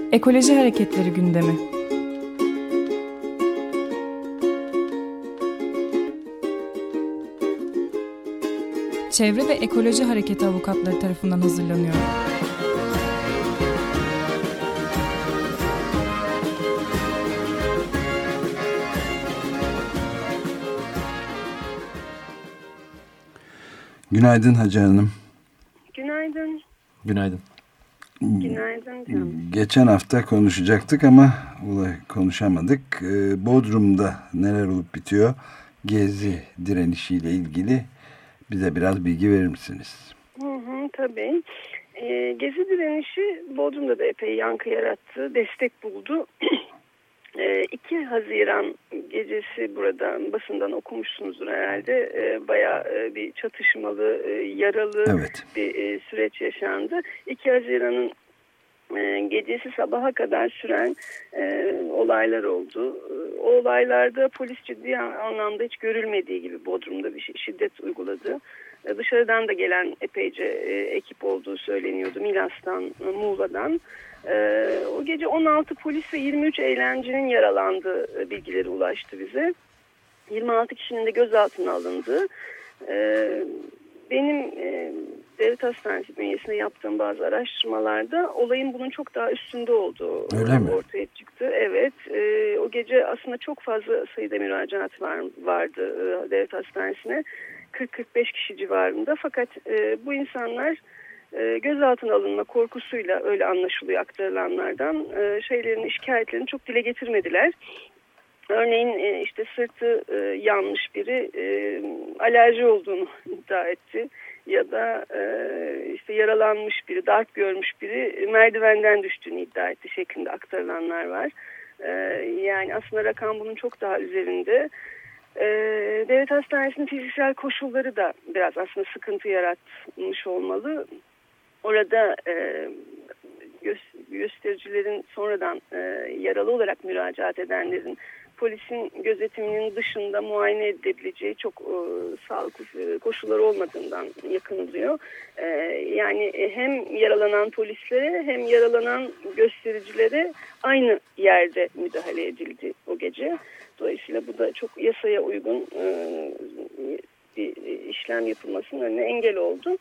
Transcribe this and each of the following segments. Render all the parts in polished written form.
Ekoloji hareketleri gündemi. Çevre ve Ekoloji Hareketi avukatları tarafından hazırlanıyor. Günaydın Hacer Hanım. Günaydın. Günaydın. Günaydın canım. Geçen hafta konuşacaktık ama konuşamadık. Bodrum'da neler olup bitiyor? Gezi direnişiyle ilgili bize biraz bilgi verir misiniz? Tabii. Gezi direnişi Bodrum'da da epey yankı yarattı, destek buldu. 2 Haziran gecesi buradan basından okumuşsunuzdur herhalde. Bayağı bir çatışmalı, yaralı bir süreç yaşandı. 2 Haziran'ın gecesi sabaha kadar süren olaylar oldu. O olaylarda polis ciddi anlamda hiç görülmediği gibi Bodrum'da bir şiddet uyguladı. Dışarıdan da gelen epeyce ekip olduğu söyleniyordu. Milas'tan, Muğla'dan. O gece 16 polis ve 23 eğlencinin yaralandığı bilgileri ulaştı bize. 26 kişinin de gözaltına alındığı. Benim devlet hastanesi bünyesinde yaptığım bazı araştırmalarda olayın bunun çok daha üstünde olduğu ortaya çıktı. Evet, o gece aslında çok fazla sayıda müracaat vardı devlet hastanesine. 40-45 kişi civarında. Fakat bu insanlar gözaltına alınma korkusuyla, öyle anlaşılıyor aktarılanlardan, şikayetlerini çok dile getirmediler. Örneğin işte sırtı yanmış biri alerji olduğunu iddia etti. Ya da işte yaralanmış biri, darp görmüş biri merdivenden düştüğünü iddia etti şeklinde aktarılanlar var. Yani aslında rakam bunun çok daha üzerinde. Devlet hastanesinin fiziksel koşulları da biraz aslında sıkıntı yaratmış olmalı. Orada göstericilerin sonradan yaralı olarak müracaat edenlerin polisin gözetiminin dışında muayene edilebileceği çok sağlıklı koşulları olmadığından yakınılıyor. Yani hem yaralanan polislere hem yaralanan göstericilere aynı yerde müdahale edildi o gece. Dolayısıyla bu da çok yasaya uygun bir işlem yapılmasının önüne engel oldu.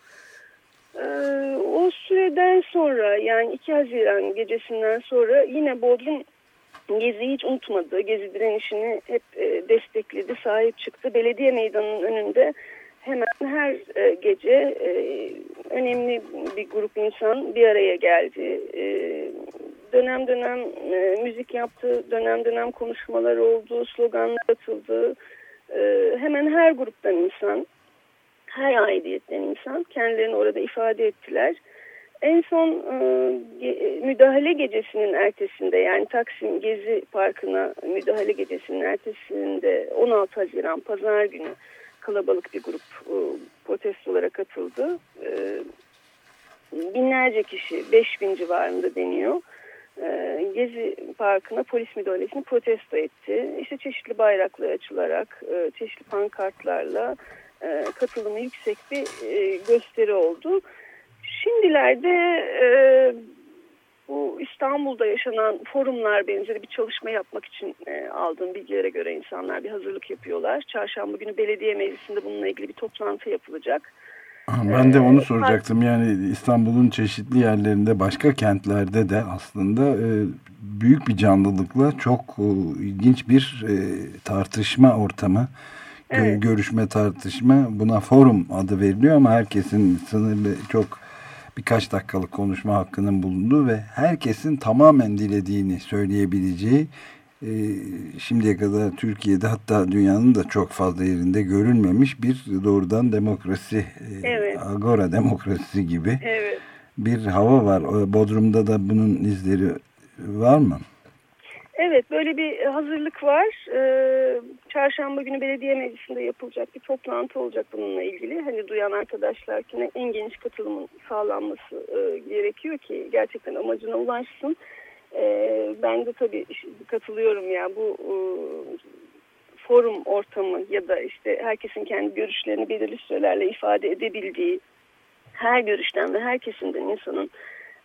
O süreden sonra, yani 2 Haziran gecesinden sonra yine Bodrum Gezi'yi hiç unutmadı. Gezi direnişini hep destekledi, sahip çıktı. Belediye meydanının önünde hemen her gece önemli bir grup insan bir araya geldi. Dönem dönem müzik yaptı, dönem dönem konuşmalar oldu, sloganlar atıldı. Hemen her gruptan insan, her aidiyetten insan kendilerini orada ifade ettiler. En son müdahale gecesinin ertesinde, yani Taksim Gezi Parkı'na müdahale gecesinin ertesinde 16 Haziran Pazar günü kalabalık bir grup protestolara katıldı. Binlerce kişi, 5000 civarında deniyor. Gezi Parkı'na polis müdahalesini protesto etti. İşte çeşitli bayraklar açılarak, çeşitli pankartlarla katılımı yüksek bir gösteri oldu. Şimdilerde bu İstanbul'da yaşanan forumlar benzeri bir çalışma yapmak için aldığım bilgilere göre insanlar bir hazırlık yapıyorlar. Çarşamba günü belediye meclisinde bununla ilgili bir toplantı yapılacak. Ben de onu soracaktım. Yani İstanbul'un çeşitli yerlerinde, başka kentlerde de aslında büyük bir canlılıkla çok ilginç bir tartışma ortamı, görüşme, tartışma. Buna forum adı veriliyor ama herkesin sınırlı, çok birkaç dakikalık konuşma hakkının bulunduğu ve herkesin tamamen dilediğini söyleyebileceği, şimdiye kadar Türkiye'de, hatta dünyanın da çok fazla yerinde görülmemiş bir doğrudan demokrasi, agora demokrasisi gibi bir hava var. Bodrum'da da bunun izleri var mı? Evet, böyle bir hazırlık var. Çarşamba günü belediye meclisinde yapılacak bir toplantı olacak bununla ilgili. Hani duyan arkadaşlar ki en geniş katılımın sağlanması gerekiyor ki gerçekten amacına ulaşsın. Ben de tabii katılıyorum ya, bu forum ortamı ya da işte herkesin kendi görüşlerini belirli sürelerle ifade edebildiği, her görüşten ve her kesimden insanın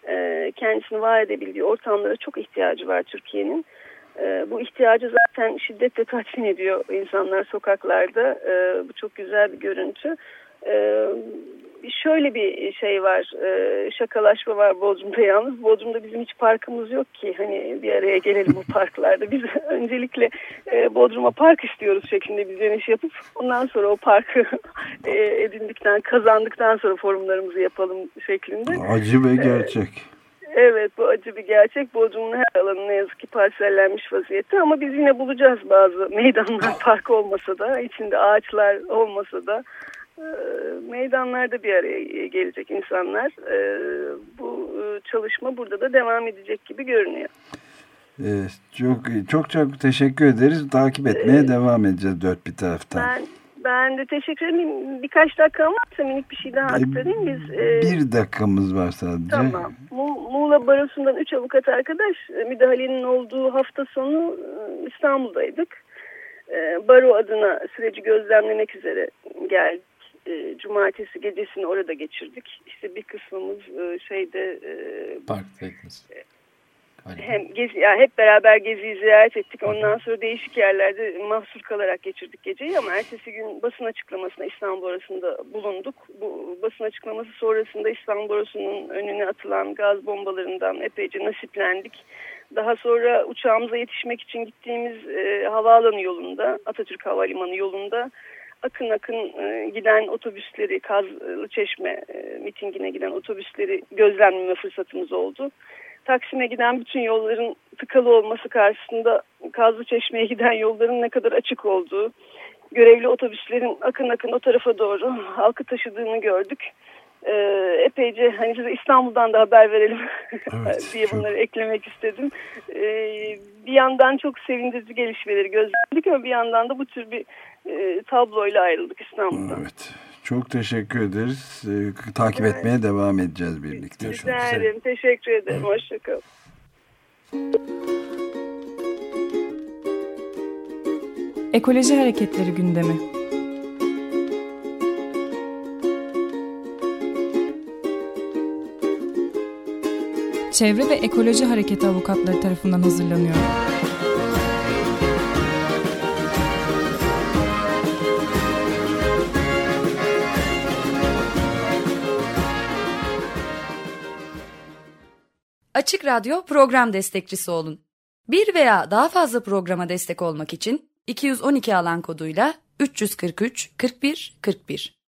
kendisini var edebildiği ortamlara çok ihtiyacı var Türkiye'nin. Bu ihtiyacı zaten şiddetle tatmin ediyor insanlar sokaklarda. Bu çok güzel bir görüntü. Şöyle bir şey var, şakalaşma var Bodrum'da yalnız. Bodrum'da bizim hiç parkımız yok ki hani bir araya gelelim bu parklarda. Biz öncelikle Bodrum'a park istiyoruz şeklinde bir dönüş yapıp ondan sonra o parkı kazandıktan sonra forumlarımızı yapalım şeklinde. Acı ve gerçek. Evet, bu acı bir gerçek. Bodrum'un her alanı ne yazık ki parsellenmiş vaziyette ama biz yine bulacağız bazı meydanlar, park olmasa da, içinde ağaçlar olmasa da meydanlarda bir araya gelecek insanlar. Bu çalışma burada da devam edecek gibi görünüyor. Çok teşekkür ederiz. Takip etmeye devam edeceğiz dört bir taraftan. Ben de teşekkür ederim. Birkaç dakika varsa minik bir şey daha aktarayım. Bir dakikamız var sadece. Tamam. Muğla Barosu'ndan 3 avukat arkadaş müdahalenin olduğu hafta sonu İstanbul'daydık. Baro adına süreci gözlemlemek üzere geldik. Cumartesi gecesini orada geçirdik. İşte bir kısmımız parktaydınız. Hep beraber Gezi'yi ziyaret ettik. Ondan sonra değişik yerlerde mahsur kalarak geçirdik geceyi ama ertesi gün basın açıklamasına İstanbul Barosu'nda bulunduk. Bu basın açıklaması sonrasında İstanbul Barosu'nun önüne atılan gaz bombalarından epeyce nasiplendik. Daha sonra uçağımıza yetişmek için gittiğimiz havaalanı yolunda, Atatürk Havalimanı yolunda akın giden otobüsleri, Kazlıçeşme mitingine giden otobüsleri gözlemleme fırsatımız oldu. Taksim'e giden bütün yolların tıkalı olması karşısında Kazlıçeşme'ye giden yolların ne kadar açık olduğu, görevli otobüslerin akın o tarafa doğru halkı taşıdığını gördük. Epeyce hani size İstanbul'dan da haber verelim evet, diye bunları eklemek istedim. Bir yandan çok sevindirici gelişmeleri gözlemledik ama bir yandan da bu tür bir tabloyla ayrıldık İstanbul'dan. Evet. Çok teşekkür ederiz. Takip etmeye devam edeceğiz birlikte. Teşekkür ederim. Hoşçakalın. Ekoloji hareketleri gündemi. Çevre ve Ekoloji Hareketi avukatları tarafından hazırlanıyor. Açık Radyo program destekçisi olun. Bir veya daha fazla programa destek olmak için 212 alan koduyla 343 41 41